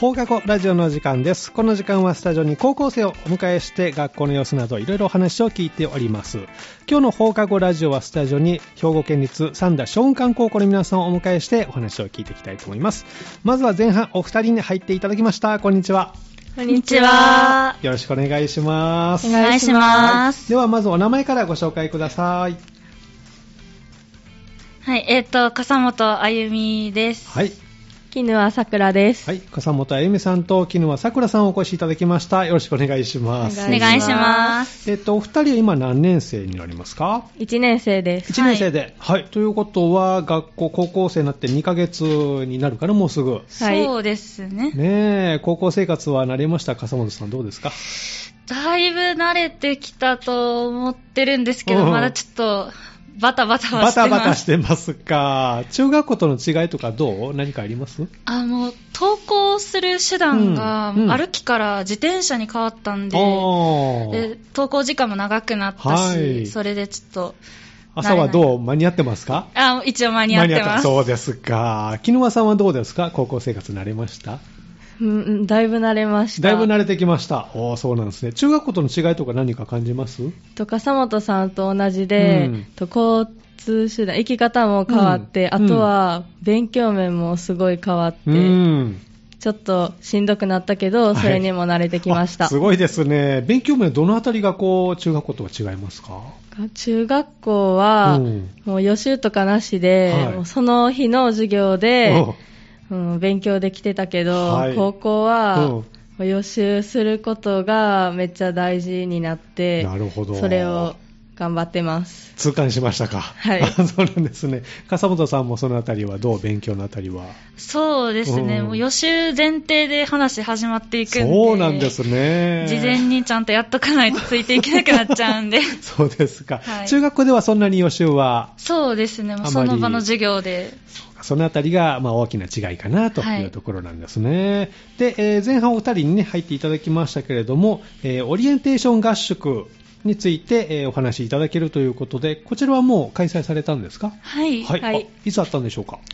放課後ラジオの時間です。この時間はスタジオに高校生をお迎えして学校の様子などいろいろお話を聞いております。今日の放課後ラジオはスタジオに兵庫県立三田松雲館高校の皆さんをお迎えしてお話を聞いていきたいと思います。まずは前半お二人に入っていただきました。こんにちは。 こんにちは。 よろしくお願いします。 お願いします。 ではまずお名前からご紹介ください。 はい、笠本あゆみです。 はい。 絹輪さくらです。 はい、笠本あゆみさんと絹輪さくらさんをお越しいただきました。よろしくお願いします。 お願いします。 お二人は今何年生になりますか ？1年生です。 1年生で、はい。ということは学校高校生になって2ヶ月になるからもうすぐ。 はい。 そうですね。 ねえ、高校生活は慣れました？笠本さんどうですか？ だいぶ慣れてきたと思ってるんですけど、まだちょっとバタバタはしてます。 バタバタしてますか。中学校との違いとかどう？何かあります？ もう登校する手段が歩きから自転車に変わったんで、で登校時間も長くなったし、はい、それでちょっと朝はどう？間に合ってますか？ 一応間に合ってます。 そうですか。絹輪さんはどうですか？高校生活慣れました？ だいぶ慣れました。 だいぶ慣れてきました。そうなんですね。中学校との違いとか何か感じます？ 笠本さんと同じで、交通手段、生き方も変わって、あとは勉強面もすごい変わって、ちょっとしんどくなったけど、それにも慣れてきました。 すごいですね。勉強面どのあたりが中学校とは違いますか？ 中学校は、もう予習とかなしで、もうその日の授業で、勉強できてたけど、高校は、予習することがめっちゃ大事になって、なるほど。それを頑張ってます。 痛感しましたか？はい。そうなんですね。笠本さんもそのあたりはどう？勉強のあたりは。 そうですね。もう予習前提で話始まっていくんで。 そうなんですね。 事前にちゃんとやっとかないとついていけなくなっちゃうんで。 そうですか、はい。中学校ではそんなに予習は？ そうですね。もうその場の授業で。 そのあたりが大きな違いかなというところなんですね。で、前半お二人に、ね、入っていただきましたけれども、オリエンテーション合宿について、お話しいただけるということで、こちらはもう開催されたんですか？ はい。 はい。いつあったんでしょうか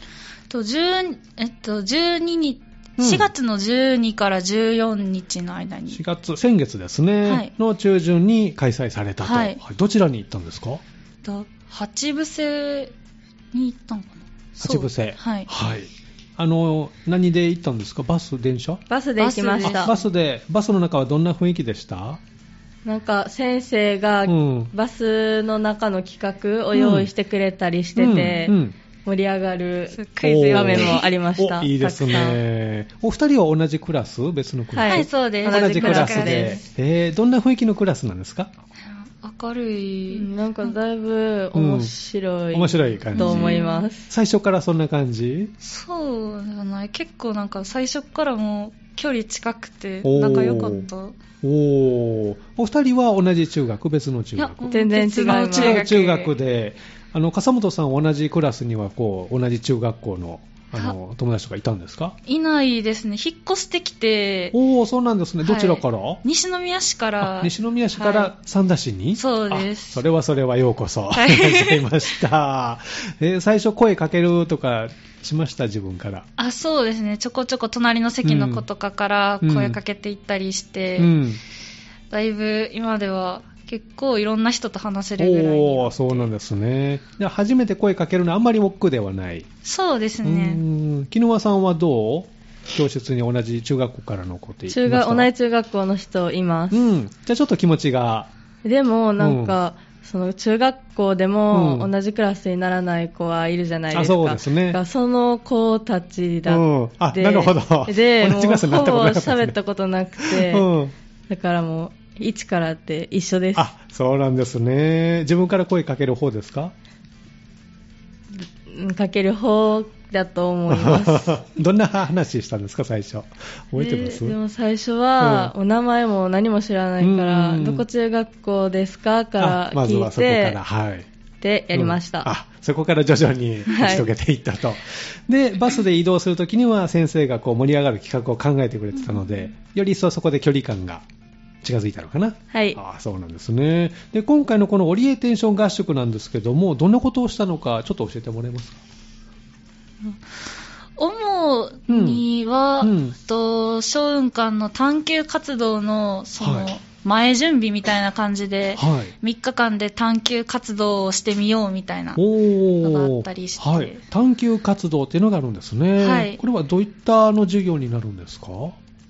12日、4月の12から14日の間に。 先月ですね、はい、の中旬に開催されたと。はい。どちらに行ったんですか？ 八伏せに行ったのかな？ 八伏せ。 はい。 はい。何で行ったんですか？バス、電車？ バスで行きました。 バスの中はどんな雰囲気でした？ なんか先生がバスの中の企画を用意してくれたりしてて、盛り上がる場面もありました。 いいですね。お二人は同じクラス？別のクラス？ はい、そうです。 同じクラスで。どんな雰囲気のクラスなんですか？ 明るい。 なんかだいぶ面白い感じと思います。 最初からそんな感じ？ そうじゃない。結構なんか最初からもう距離近くて仲良かった。 お二人は同じ中学？別の中学？ いや、全然違う中学で、笠本さん同じクラスには同じ中学校の友達とかいたんですか？ いないですね。引っ越してきて。 そうなんですね。どちらから？ 西宮市から。 西宮市から三田市に？ そうです。 それはようこそ。いらっしゃいました。最初声かけるとかしました？自分から。 そうですね。ちょこちょこ隣の席の子とかから声かけていったりして、だいぶ今では結構いろんな人と話せるぐらいに。 そうなんですね。じゃあ初めて声かけるのはあんまり億劫ではない？ そうですね。 絹輪さんはどう？教室に同じ中学校からの子っていました？ 同じ中学校の人います。 じゃあちょっと気持ちが。 でもなんか、その中学校でも同じクラスにならない子はいるじゃないですか。 そうですね。 その子たちだって。 なるほど。 で、もうほぼ喋ったことなくて、だからもう一からって一緒です。 そうなんですね。自分から声かける方ですか？ かける方だと思います。 どんな話したんですか？最初覚えてます？ でも最初は、お名前も何も知らないから、どこ中学校ですかから聞いて、 まずはそこから、 でやりました。 そこから徐々に打ち解けていったと。でバスで移動するときには先生が盛り上がる企画を考えてくれてたので、より一層そこで距離感が近づいたのかな。 はい。 そうなんですね。で今回のこのオリエンテーション合宿なんですけども、どんなことをしたのかちょっと教えてもらえますか？ 主のには、小雲館の探究活動の前準備みたいな感じで、3日間で探究活動をしてみようみたいなのがあったりして、 探究活動っていうのがあるんですね。これはどういった授業になるんですか？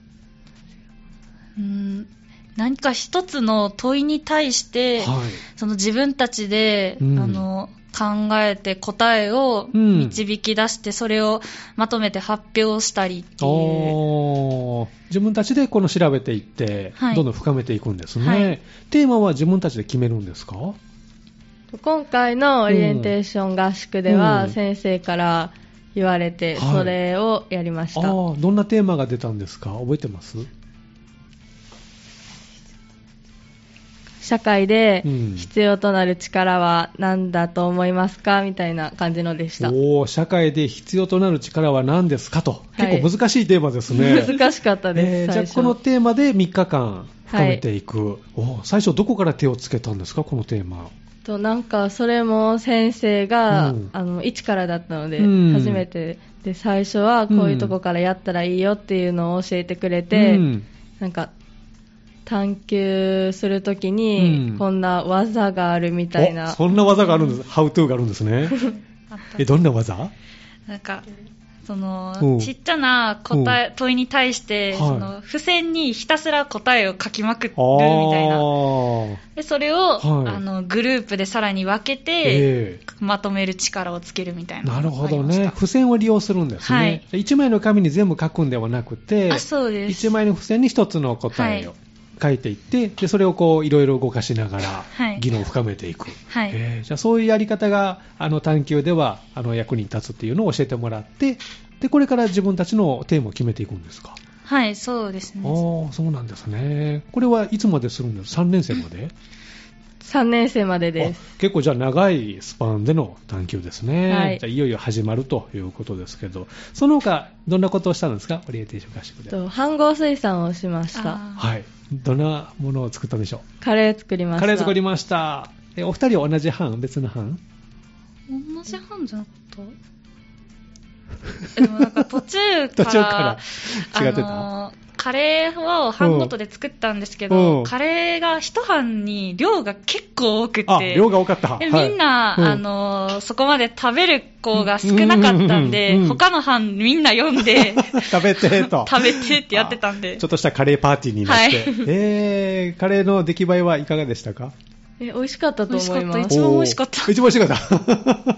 何か一つの問いに対して、その自分たちで、考えて答えを導き出して、それをまとめて発表したりっていう。 自分たちでこの調べていって、どんどん深めていくんですね。テーマは自分たちで決めるんですか？ 今回のオリエンテーション合宿では、先生から言われて、それをやりました。 どんなテーマが出たんですか？覚えてます？ 社会で必要となる力は何だと思いますかみたいな感じのでした。 社会で必要となる力は何ですかと、結構難しいテーマですね。 難しかったです。 じゃあこのテーマで3日間深めていく。最初どこから手をつけたんですか、このテーマ。 なんかそれも先生が、一からだったので、初めてで、最初はこういうとこからやったらいいよっていうのを教えてくれて、なんか探求するときにこんな技があるみたいな。 そんな技があるんです。ハウトゥーがあるんですね。どんな技？ なんかちっちゃな問いに対して、付箋にひたすら答えを書きまくるみたいな。でそれを、グループでさらに分けて、まとめる力をつけるみたいな。 なるほどね。付箋を利用するんですね。1枚の紙に全部書くんではなくて、 そうです。 1枚の付箋に1つの答えを書いていって、でそれをいろいろ動かしながら議論を深めていく。じゃあそういうやり方が探究では役に立つっていうのを教えてもらって、でこれから自分たちのテーマを決めていくんですか？ はい、そうですね。 そうなんですね。これはいつまでするんですか？3年生まで ？3年生までです。 結構じゃあ長いスパンでの探究ですね。じゃあいよいよ始まるということですけど、その他どんなことをしたんですか？オリエンテーション合宿で。 飯盒水産をしました。 どんなものを作ったんでしょう？ カレー作りました。 カレー作りました。お二人は同じ班？別の班？ 同じ班じゃなかった？でもなんか途中から違ってた？ カレーを班ごとで作ったんですけど、カレーが一班に量が結構多くて、 量が多かった。 みんな、そこまで食べる子が少なかったんで、他の班みんな読んで食べてと食べてってやってたんで、 ちょっとしたカレーパーティーになって、カレーの出来栄えはいかがでしたか？ 美味しかったと思います。 一番美味しかった。 一番美味しかった。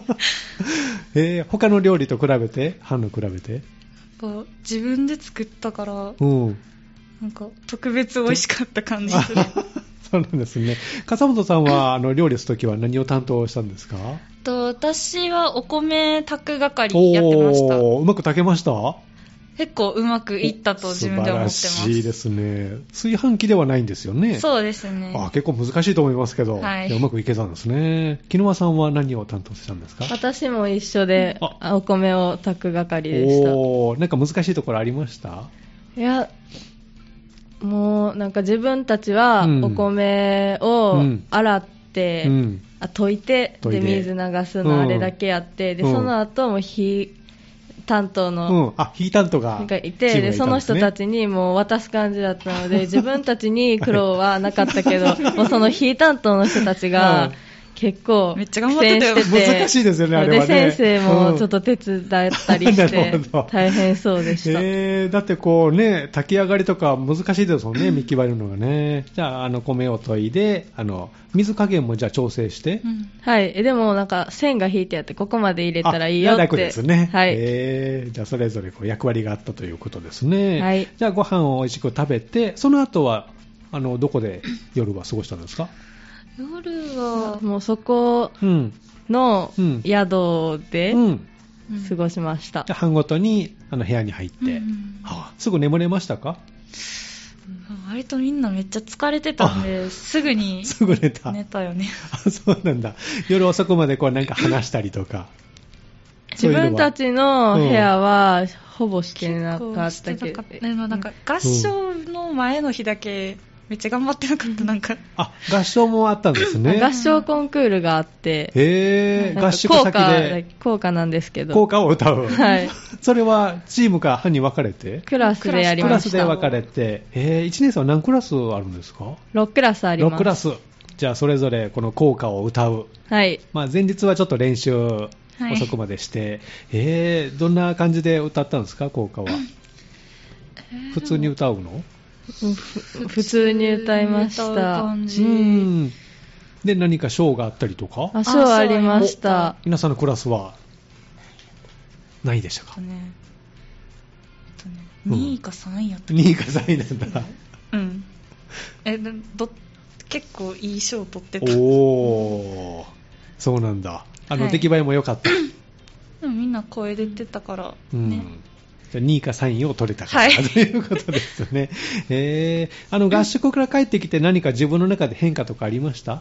他の料理と比べて、班の比べて自分で作ったから、なんか特別美味しかった感じする。 そうなんですね。笠本さんは料理するときは何を担当したんですか？ 私はお米炊く係やってました。 うまく炊けました？ 結構うまくいったと自分で思ってます。 素晴らしいですね。炊飯器ではないんですよね。 そうですね。 結構難しいと思いますけど、うまくいけたんですね。木沼さんは何を担当したんですか？ 私も一緒でお米を炊く係でした。 なんか難しいところありました？ いや、もうなんか自分たちはお米を洗って、溶いてで水流すのあれだけやって、でその後も火担当の火担当がいて、でその人たちにもう渡す感じだったので、自分たちに苦労はなかったけどもうその火担当の人たちが結構めっちゃ頑張ってたよ。 難しいですよね、あれはね。 で先生もちょっと手伝ったりして大変そうでした。 だって炊き上がりとか難しいですもんね、見極めるのがね。じゃあ米を研いで水加減もじゃあ調整して、 はい。でもなんか線が引いてあってここまで入れたらいいよって。 楽ですね。 はい。 じゃあそれぞれ役割があったということですね。はい。じゃあご飯を美味しく食べて、その後はどこで夜は過ごしたんですか？ 夜はもうそこの宿で過ごしました。 班ごとに部屋に入って、すぐ眠れましたか？ 割とみんなめっちゃ疲れてたんですぐ寝たよね。 そうなんだ。夜遅くまでなんか話したりとか。 自分たちの部屋はほぼしてなかったけど、 なんか合唱の前の日だけめっちゃ頑張ってなかった。なんか合唱もあったんですね。 合唱コンクールがあって、 合宿先で校歌なんですけど、 校歌を歌う。 はい。 それはチームか班に分かれてクラスでやりました。 クラスで分かれて、1年生は何クラスあるんですか ？6クラスあります。 6クラス。じゃあそれぞれこの校歌を歌う。 はい。 前日はちょっと練習遅くまでして、どんな感じで歌ったんですか、校歌は。普通に歌うの？ 普通に歌いました。 で、何か賞があったりとか？ 賞ありました。 皆さんのクラスは何位でしたか ？2位か3位やった。 2位か3位なんだ。 うん。結構いい賞取ってた。 おー、そうなんだ。出来栄えも良かった。 でもみんな声出てたからね。 2位か3位を取れたから、ということですね。合宿から帰ってきて何か自分の中で変化とかありました？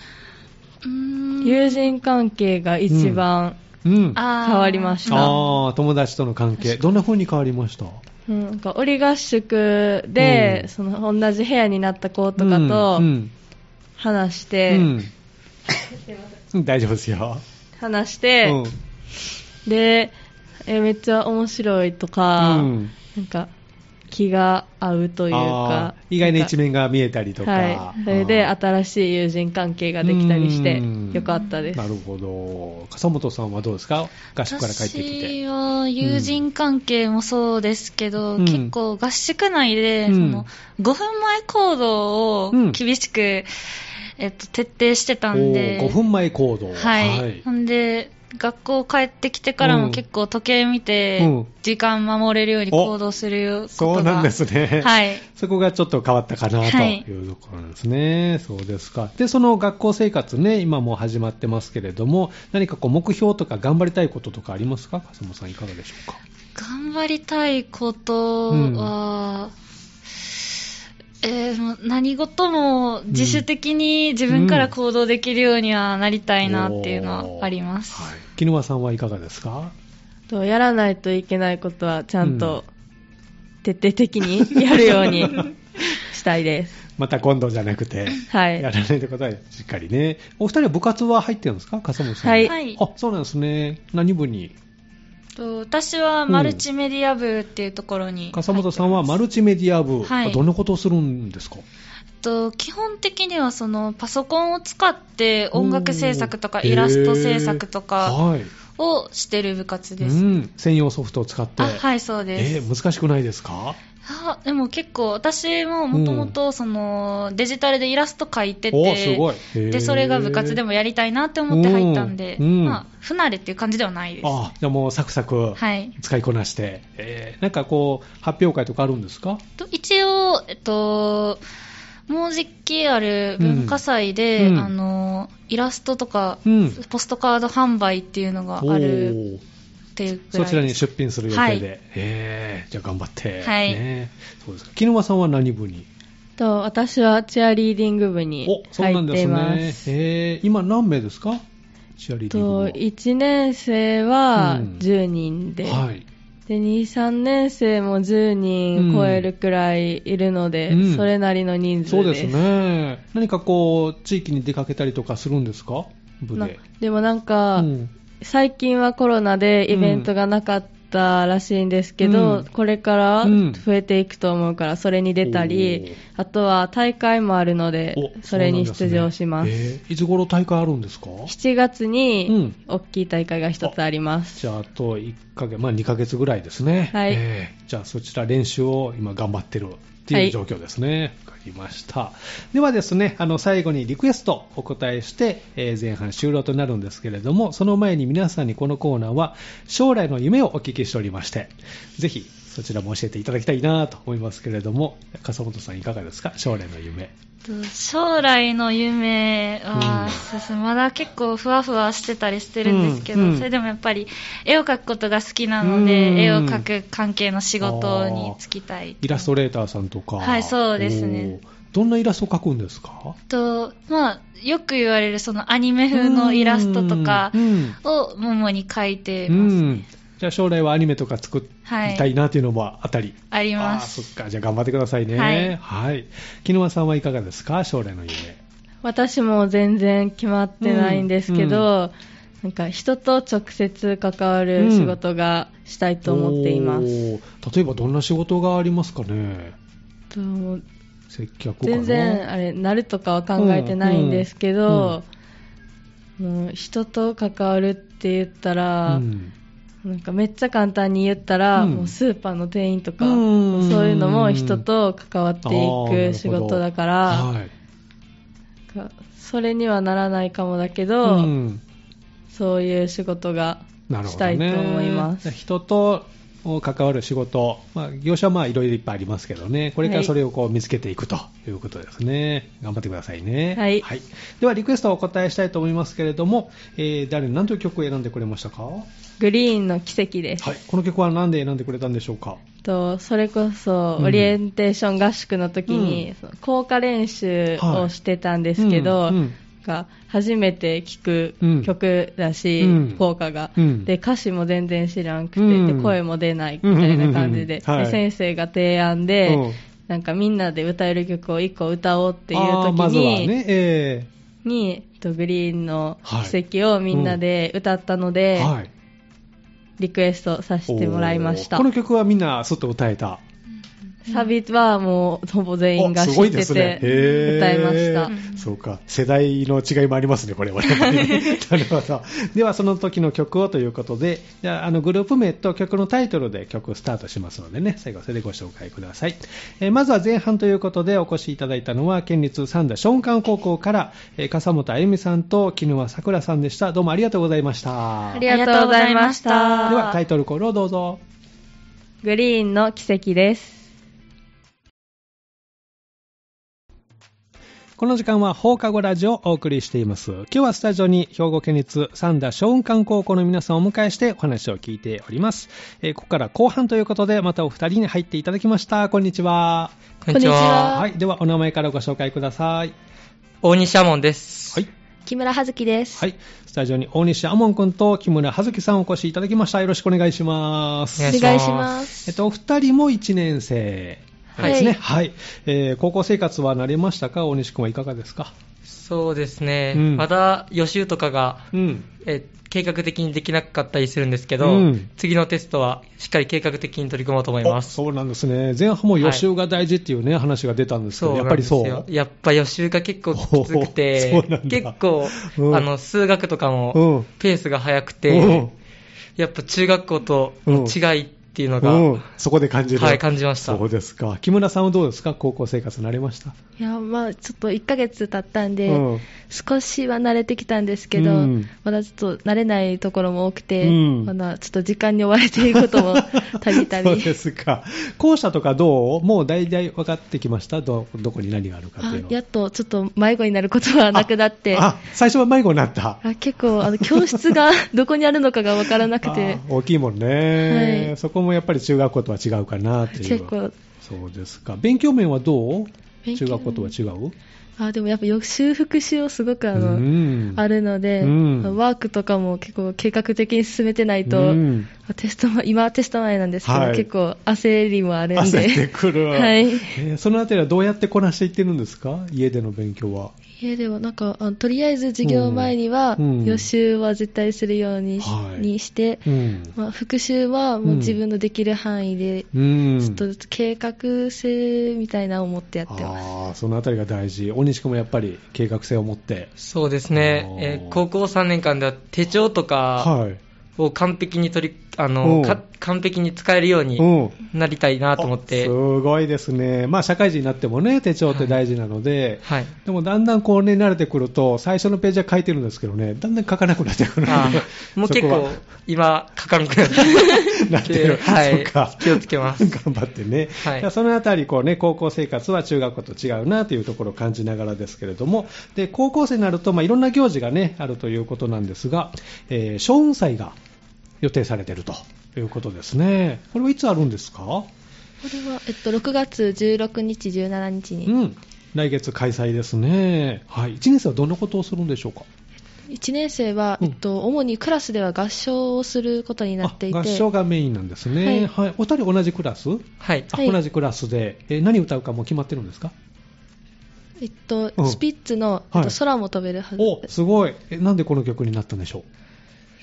友人関係が一番変わりました。 友達との関係。どんな風に変わりました？ 折合宿で、同じ部屋になった子とかと話して、 大丈夫ですよ。 話して、で、めっちゃ面白いとか、なんか気が合うというか、 意外な一面が見えたりとか、 それで新しい友人関係ができたりしてよかったです。 なるほど。笠本さんはどうですか？合宿から帰ってきて。 私は友人関係もそうですけど、結構合宿内で、5分前行動を厳しく、徹底してたんで。 5分前行動。 はい。なんで学校帰ってきてからも結構時計見て、時間守れるように行動することが。 そうなんですね。 はい。 そこがちょっと変わったかなというところなんですね。そうですか。で、その学校生活ね、今もう始まってますけれども、何か目標とか頑張りたいこととかありますか？笠本さんいかがでしょうか？ 頑張りたいことは、何事も自主的に自分から行動できるようにはなりたいなっていうのはあります。 絹間さんはいかがですか？ やらないといけないことはちゃんと徹底的にやるようにしたいです。 また今度じゃなくて、やらないということはしっかりね。お二人は部活は入ってるんですか？笠本さん。 はい。 そうなんですね。何部に？ 私はマルチメディア部っていうところに、 笠本さんはマルチメディア部、どんなことをするんですか？ 基本的にはパソコンを使って音楽制作とかイラスト制作とかをしてる部活です。 専用ソフトを使って。 はい、そうです。 難しくないですか？ でも結構私ももともとデジタルでイラスト描いてて、 すごい。 でそれが部活でもやりたいなって思って入ったんで、不慣れっていう感じではないです。 じゃあもうサクサク使いこなして、なんか発表会とかあるんですか？ 一応もうじきある文化祭で、イラストとか、ポストカード販売っていうのがあるっていうくらい。 そちらに出品する予定で、じゃあ頑張って。そうですか。絹間さんは何部に？ 私はチアリーディング部に入っています。 そうなんですね。今何名ですか？チアリーディング部は。 1年生は10人で、で2、3年生も10人超えるくらいいるので、それなりの人数です。 そうですね。何か地域に出かけたりとかするんですか？部で。 でもなんか、最近はコロナでイベントがなかったらしいんですけど、これから増えていくと思うからそれに出たり、あとは大会もあるのでそれに出場します。 いつ頃大会あるんですか ？7月に大きい大会が一つあります。 じゃああと1ヶ月、2ヶ月ぐらいですね。じゃあそちら練習を今頑張ってるっていう状況ですね。わかりました。ではですね、最後にリクエストお答えして、前半終了となるんですけれども、その前に皆さんにこのコーナーは将来の夢をお聞きしておりまして、ぜひそちらも教えていただきたいなと思いますけれども、笠本さんいかがですか？将来の夢。 将来の夢は、まだ結構ふわふわしてたりしてるんですけど、それでもやっぱり絵を描くことが好きなので、絵を描く関係の仕事に就きたい。 イラストレーターさんとか。 はい、そうですね。 どんなイラストを描くんですか？ よく言われるアニメ風のイラストとかを主に描いてますね。 じゃあ将来はアニメとか作りたいなというのもあります。 そっか。じゃあ頑張ってくださいね。はい。絹間さんはいかがですか？将来の夢。 私も全然決まってないんですけど、 なんか人と直接関わる仕事がしたいと思っています。 例えばどんな仕事がありますかね。接客かな。 全然なるとかは考えてないんですけど、もう人と関わるって言ったら、なんかめっちゃ簡単に言ったら、もうスーパーの店員とか、そういうのも人と関わっていく仕事だから、それにはならないかもだけど、そういう仕事がしたいと思います。 人と関わる仕事、業種はいろいろいっぱいありますけどね、これからそれを見つけていくということですね。頑張ってくださいね。 はい。 ではリクエストをお答えしたいと思いますけれども、何という曲を選んでくれましたか？ グリーンの奇跡です。 この曲は何で選んでくれたんでしょうか？ それこそオリエンテーション合宿の時に、効果練習をしてたんですけど、初めて聴く曲だし、効果が、で歌詞も全然知らんくて、で声も出ないみたいな感じで、で先生が提案で、なんかみんなで歌える曲を1個歌おうっていう時に、グリーンの奇跡をみんなで歌ったので、リクエストさせてもらいました。 この曲はみんなすっと歌えた？ サビはもうほぼ全員が知ってて歌いました。 そうか、世代の違いもありますね、これは。なるほど。ではその時の曲をということで、じゃあグループ名と曲のタイトルで曲スタートしますのでね、最後それでご紹介ください。まずは前半ということでお越しいただいたのは県立三田松漢高校から笠本あゆみさんと絹輪さくらさんでした。どうもありがとうございました。 ありがとうございました。 ではタイトルコールをどうぞ。 グリーンの奇跡です。 この時間は放課後ラジオをお送りしています。今日はスタジオに兵庫県立三田松漢高校の皆さんをお迎えしてお話を聞いております。ここから後半ということでまたお二人に入っていただきました。こんにちは。 こんにちは。 はい、ではお名前からご紹介ください。 大西亞門です。 はい。 木村葉月です。 はい。スタジオに大西亞門くんと木村葉月さんお越しいただきました。よろしくお願いします。 お願いします。 お二人も1年生。ですね。はい。高校生活は慣れましたか？大西君はいかがですか？ そうですね。まだ予習とかが、計画的にできなかったりするんですけど、次のテストはしっかり計画的に取り組もうと思います。 そうなんですね。前半も予習が大事っていうね、話が出たんですけど、やっぱりそう。 やっぱ予習が結構きつくて、結構、数学とかもペースが速くて、やっぱ中学校と違いっていうのが、 そこで感じる。 はい、感じました。 そうですか。木村さんはどうですか？高校生活慣れました？ いや、ちょっと1ヶ月経ったんで、少しは慣れてきたんですけど、まだちょっと慣れないところも多くて、まだちょっと時間に追われていることもたびたび。 そうですか。校舎とかどう？もう大体分かってきました？どこに何があるかっていうの。 やっとちょっと迷子になることはなくなって。 最初は迷子になった。 結構教室がどこにあるのかが分からなくて。 大きいもんね。はい、そこもやっぱり中学校とは違うかなっていう。 結構。 そうですか。勉強面はどう？中学校とは違う？ でもやっぱ予習復習をすごくあるので、ワークとかも結構計画的に進めてないと、今テスト前なんですけど、結構焦りもあるんで。 焦ってくる。 はい。 そのあたりはどうやってこなしていってるんですか？家での勉強は。 家ではなんかとりあえず授業前には予習は絶対するようにして、復習はもう自分のできる範囲で、ちょっとずつ計画性みたいなのを持ってやってます。 そのあたりが大事。大西君もやっぱり計画性を持って。 そうですね。高校3年間では手帳とかを完璧に完璧に使えるようになりたいなと思って、 すごいですね。社会人になってもね、手帳って大事なので、でもだんだんこうね、慣れてくると、最初のページは書いてるんですけどね、だんだん書かなくなってくるので、 もう結構今書かなくなってる。そうか。気をつけます。 頑張ってね。そのあたりこうね、高校生活は中学校と違うなというところを感じながらですけれども、で高校生になるといろんな行事がねあるということなんですが、小雲祭が予定されているということですね。これはいつあるんですか？これは、6月16日、17日に、 来月開催ですね。はい。1年生はどんなことをするんでしょうか ？1年生は、主にクラスでは合唱をすることになっていて。 合唱がメインなんですね。はい。お二人同じクラス？ はい。 同じクラスで、何歌うかも決まってるんですか？ スピッツの、空も飛べるはず。 すごい。なんでこの曲になったんでしょう？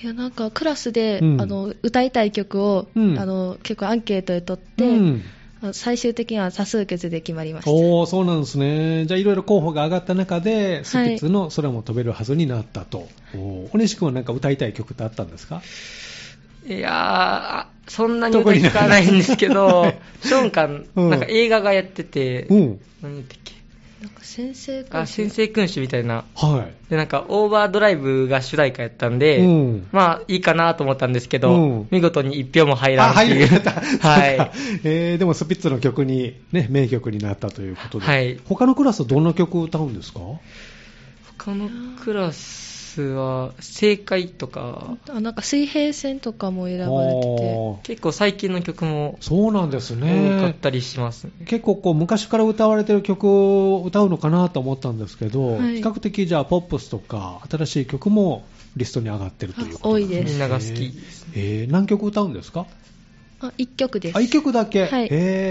いや、なんかクラスで、歌いたい曲を、結構アンケートで取って、最終的には多数決で決まりました。 おー、そうなんですね。じゃあいろいろ候補が上がった中で、スピッツの空も飛べるはずになったと。お西君はなんか歌いたい曲ってあったんですか？ いやー、そんなに歌いかないんですけど、ショーンカン、なんか映画がやってて、何だったっけ？ なんか先生君主みたいな。 はい。 で、なんかオーバードライブが主題歌やったんで、まあいいかなと思ったんですけど、見事に1票も入らんっていう。 はい。でもスピッツの曲に、ね、名曲になったということで。はい。他のクラスはどんな曲を歌うんですか？ 他のクラスは正解とかなんか水平線とかも選ばれてて、 結構最近の曲もそうなんですね、 多かったりします、ね、 結構こう昔から歌われてる曲を歌うのかなと思ったんですけど、比較的じゃあポップスとか新しい曲もリストに上がってるということですね。 多いです。 みんなが好きですね。 何曲歌うんですか ？1曲です。 1曲だけ、 はい、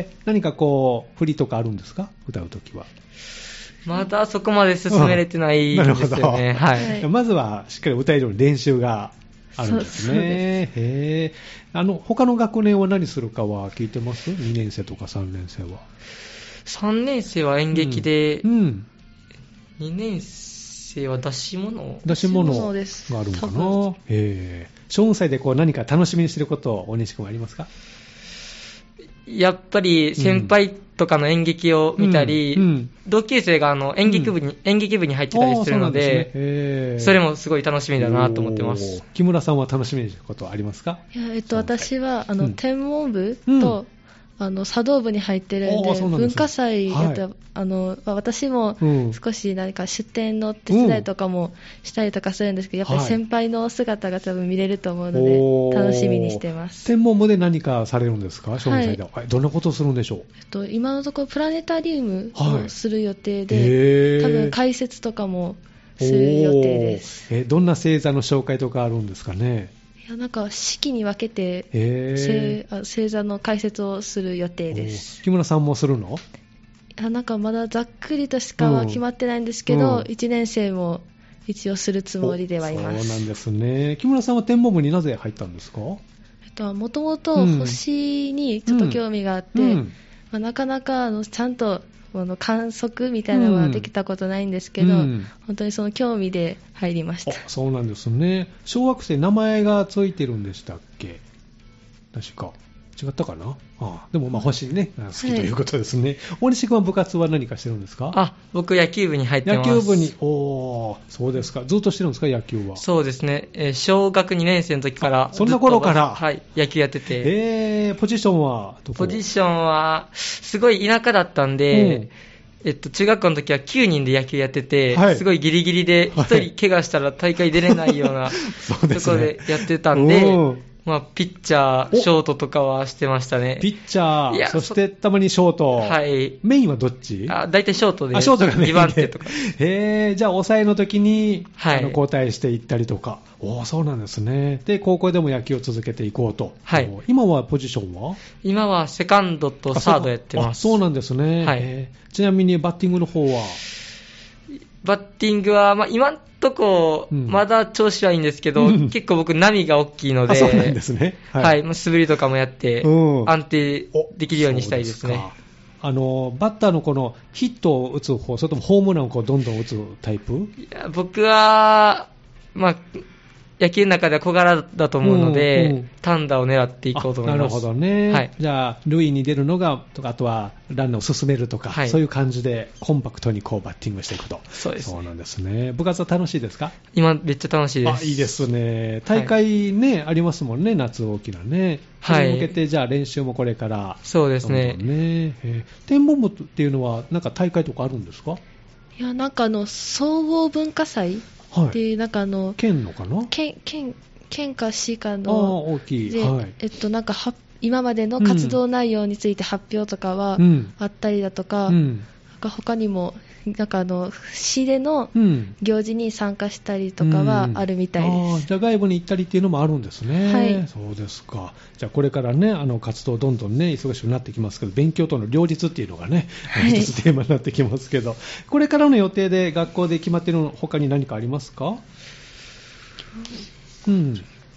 何かこう振りとかあるんですか？歌うときは。 まだそこまで進めれてないんですよね。はい。 まずはしっかり歌えるように練習があるんですね。他の学年は何するかは聞いてます？ 2 年生とか3年生は。 3年生は演劇で、2年生は出し物があるのかな。4歳でこう何か楽しみにしてることを大西君はありますか？ やっぱり先輩とかの演劇を見たり、同級生が演劇部に入ってたりするので、それもすごい楽しみだなと思ってます。 木村さんは楽しみにしてることはありますか？ いや、私は天文部と、茶道部に入ってるんで、文化祭やって、私も少し何か出展の手伝いとかもしたりとかするんですけど、やっぱり先輩の姿が多分見れると思うので、楽しみにしてます。 天文部で何かされるんですか？将来では、どんなことをするんでしょう？今のところプラネタリウムをする予定で、多分解説とかもする予定です。 どんな星座の紹介とかあるんですかね？ なんか四季に分けて星座の解説をする予定です。 木村さんもするの？ なんかまだざっくりとしかは決まってないんですけど、1年生も一応するつもりではいます。 そうなんですね。木村さんは天文部になぜ入ったんですか？もともと星にちょっと興味があって、なかなかちゃんと観測みたいなのはできたことないんですけど、本当にその興味で入りました。 そうなんですね。小学生名前がついてるんでしたっけ？確か違ったかな。でも星ね好きということですね。大西君は部活は何かしてるんですか？ 僕野球部に入ってます。 野球部にそうですか。ずっとしてるんですか？野球は。 そうですね、小学2年生の時からそんな頃から、 野球やってて。 ポジションはどこ？ ポジションはすごい田舎だったんで、中学校の時は9人で野球やってて、すごいギリギリで1人怪我したら大会出れないようなところでやってたんで、ピッチャー、ショートとかはしてましたね。 ピッチャー、そしてたまにショート。 はい。 メインはどっち？ 大体ショートで。 ショートがメインで。 2番手とか。 じゃあ抑えの時に、交代していったりとか。そうなんですね。で、高校でも野球を続けていこうと。はい。今はポジションは？ 今はセカンドとサードやってます。 そうなんですね。はい。ちなみにバッティングの方は？ バッティングは、今んとこ、まだ調子はいいんですけど、結構僕波が大きいので、 そうなんですね。 はい。素振りとかもやって、安定できるようにしたいですね。 バッターのこのヒットを打つ方、それともホームランをどんどん打つタイプ？ 僕は、野球の中では小柄だと思うので、単打を狙っていこうと思います。 なるほどね。はい。じゃあ、塁に出るのが、あとはランナーを進めるとか、そういう感じでコンパクトにバッティングしていくと。 そうです。 そうなんですね。部活は楽しいですか？ 今、めっちゃ楽しいです。 いいですね。大会ね、ありますもんね、夏大きなね。それに向けて、じゃあ練習もこれから。 そうですね。 天文部っていうのは、なんか大会とかあるんですか？ いや、なんか総合文化祭っていう、なんか県のかな？ 県か市かの、 大きい。 で、なんか今までの活動内容について発表とかはあったりだとか、なんか他にも、なんか市での行事に参加したりとかはあるみたいです。 じゃあ外部に行ったりっていうのもあるんですね。 はい。 そうですか。じゃあこれからね、活動どんどんね、忙しくなってきますけど、勉強との両立っていうのがね、一つテーマになってきますけど、これからの予定で学校で決まっているの他に何かありますか？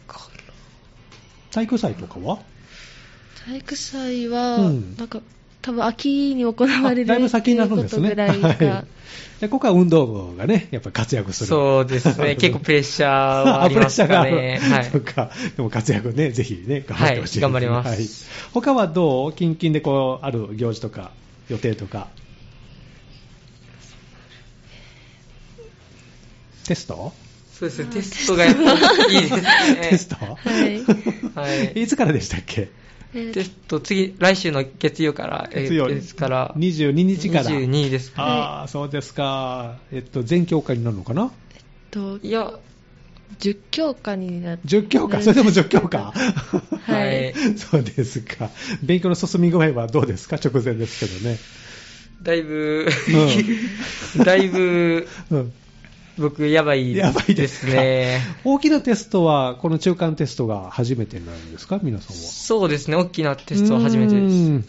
体育祭とかは？ 体育祭は、なんか多分秋に行われるだいぶ先になるんですね。 ことぐらいか、はい、 でここは運動部がね、やっぱり活躍する。 そうですね。結構プレッシャーはありますかね。 はい。そっか。でも活躍ね、ぜひね、頑張ってほしいです、ね。 はい、頑張ります。はい。 他はどう？近々でこう、ある行事とか、予定とか。テスト？ そうですね、テストがやっぱいいですね。 テスト？ はい。 はい。いつからでしたっけ？ テスト、来週の月曜から、ですから、 22日から。 22ですか、ね。 ああ、そうですか。全教科になるのかな？ いや、 10教科になって。 10教科？それでも10教科はい。 そうですか。勉強の進み具合はどうですか？直前ですけどね。 だいぶ、だいぶ、僕、やばいですね。 大きなテストは、この中間テストが初めてになるんですか、皆さんは。 そうですね、大きなテストは初めてです。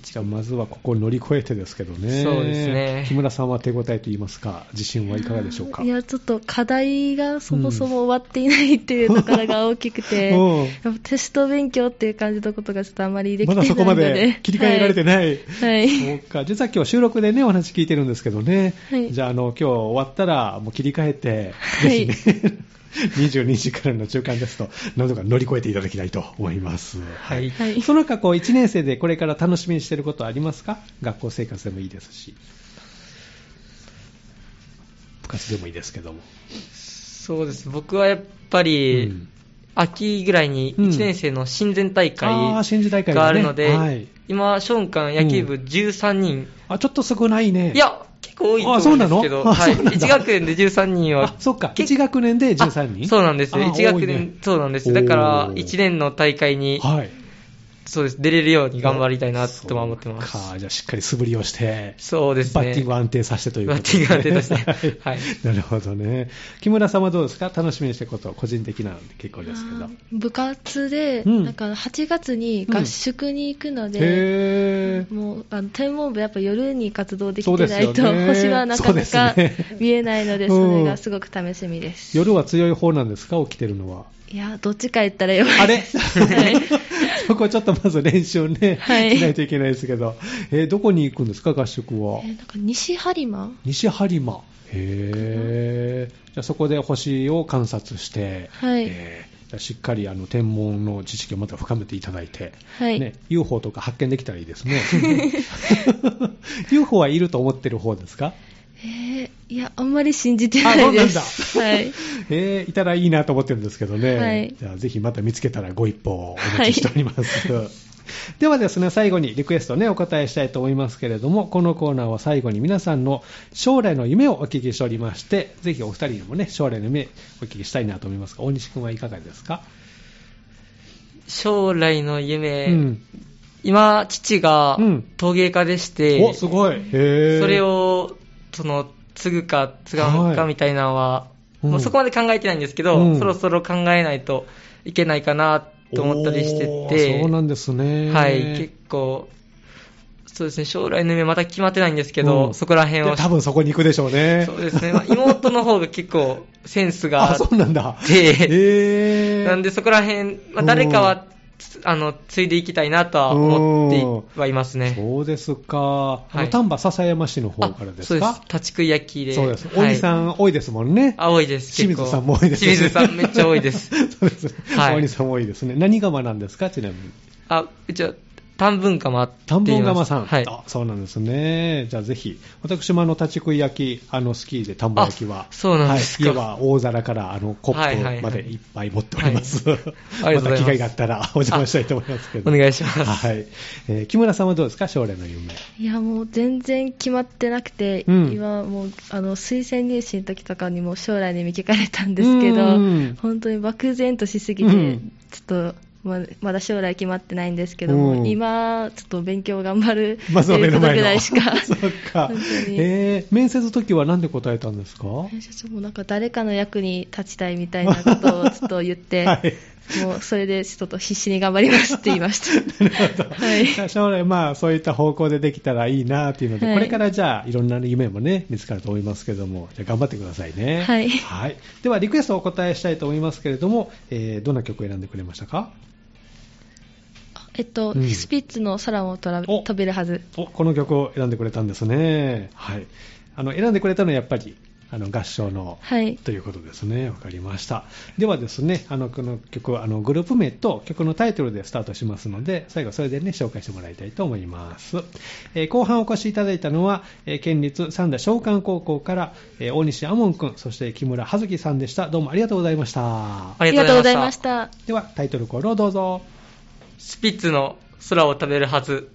じゃあ、まずはここを乗り越えてですけどね。 そうですね。 木村さんは手応えといいますか、自信はいかがでしょうか。 いや、ちょっと課題がそもそも終わっていないっていうところが大きくて、やっぱテスト勉強っていう感じのことがちょっとあまりできてないので。 まだそこまで切り替えられてない。 はい。 そうか。実は今日収録でね、お話聞いてるんですけどね。 はい。 じゃあ、今日終わったら、もう切り替えて、 はい。 ぜひね。22時からの中間テスト、なんとか乗り越えていただきたいと思います。 はい。 その他、1年生でこれから楽しみにしていることはありますか？学校生活でもいいですし、部活でもいいですけども。 そうです。僕はやっぱり、秋ぐらいに1年生の親善大会があるので、今、ションカン野球部13人。 ちょっと少ないね。 いや、結構多いと思うんですけど、はい、1学年で13人は。 そっか、1学年で13人？ そうなんです。1学年、そうなんです。だから、1年の大会に、そうです、出れるように頑張りたいなとは思ってます。 じゃあしっかり素振りをして、 そうですね。 バッティングを安定させてということですね。バッティングを安定させて。 はい。なるほどね。木村さんはどうですか？楽しみにしていること、個人的なので結構ですけど。 部活で、なんか8月に合宿に行くので、もう天文部やっぱ夜に活動できてないと、星はなかなか見えないので、それがすごく楽しみです。 夜は強い方なんですか？起きてるのは。 いや、どっちか言ったら弱いです。 あれそこちょっとまず練習ね、しないといけないですけど、どこに行くんですか、合宿は。 なんか西播磨。 西播磨。じゃあそこで星を観察して、しっかり天文の知識をまた深めていただいて、UFO とか発見できたらいいですね。UFO はいると思ってる方ですか？ いや、あんまり信じてないです。 はい。いたらいいなと思ってるんですけどね。はい。じゃあぜひまた見つけたらご一報お待ちしております。ではですね、最後にリクエストね、お答えしたいと思いますけれども、このコーナーは最後に皆さんの将来の夢をお聞きしておりまして、ぜひお二人にもね、将来の夢お聞きしたいなと思いますが、大西君はいかがですか？ 将来の夢、今、父が陶芸家でして、 すごい。それを、継ぐか継がんかみたいなのは、もうそこまで考えてないんですけど、そろそろ考えないといけないかなと思ったりしてて、 そうなんですね。 はい、結構、そうですね、将来の夢また決まってないんですけど、そこら辺は。 多分そこに行くでしょうね。 そうですね、妹の方が結構センスがあって、 そうなんだ。 なんでそこら辺、誰かは、継いでいきたいなとは思ってはいますね。 そうですか。丹波篠山市の方からですか？そうです。 立ち食い焼きで。 そうです。お兄さん多いですもんね。 多いです。 清水さんも多いです。 清水さんめっちゃ多いです。 そうです。お兄さんも多いですね。何窯なんですか、ちなみに。 一応、丹文窯って言います。 丹文窯さん。 はい。 そうなんですね。じゃあぜひ、私も立ち食い焼き、好きで丹波焼きは。 そうなんですか。 家は大皿からコップまでいっぱい持っております。また機会があったらお邪魔したいと思いますけど。 お願いします。 はい。木村さんはどうですか、将来の夢。 いや、もう全然決まってなくて、今もう、推薦入試の時とかにも将来に見聞かれたんですけど、本当に漠然としすぎて、ちょっと、まだ将来決まってないんですけども、今、ちょっと勉強頑張るということぐらいしか。 そっか。面接の時は何で答えたんですか？ 面接もなんか誰かの役に立ちたいみたいなことをちょっと言って、もうそれでちょっと必死に頑張りますって言いました。 なるほど。はい、将来、そういった方向でできたらいいなっていうので、これからじゃあいろんな夢もね、見つかると思いますけども、じゃあ頑張ってくださいね。 はい。 はい。ではリクエストをお答えしたいと思いますけれども、どんな曲を選んでくれましたか？ スピッツの空を飛べるはず。 この曲を選んでくれたんですね。はい。選んでくれたのはやっぱり、合唱の、はい、ということですね。わかりました。ではですね、この曲、グループ名と曲のタイトルでスタートしますので、最後それでね、紹介してもらいたいと思います。後半お越しいただいたのは、県立三田商館高校から、大西亞門くん、そして木村葉月さんでした。どうもありがとうございました。 ありがとうございました。 では、タイトルコールをどうぞ。 スピッツの空を飛べるはず。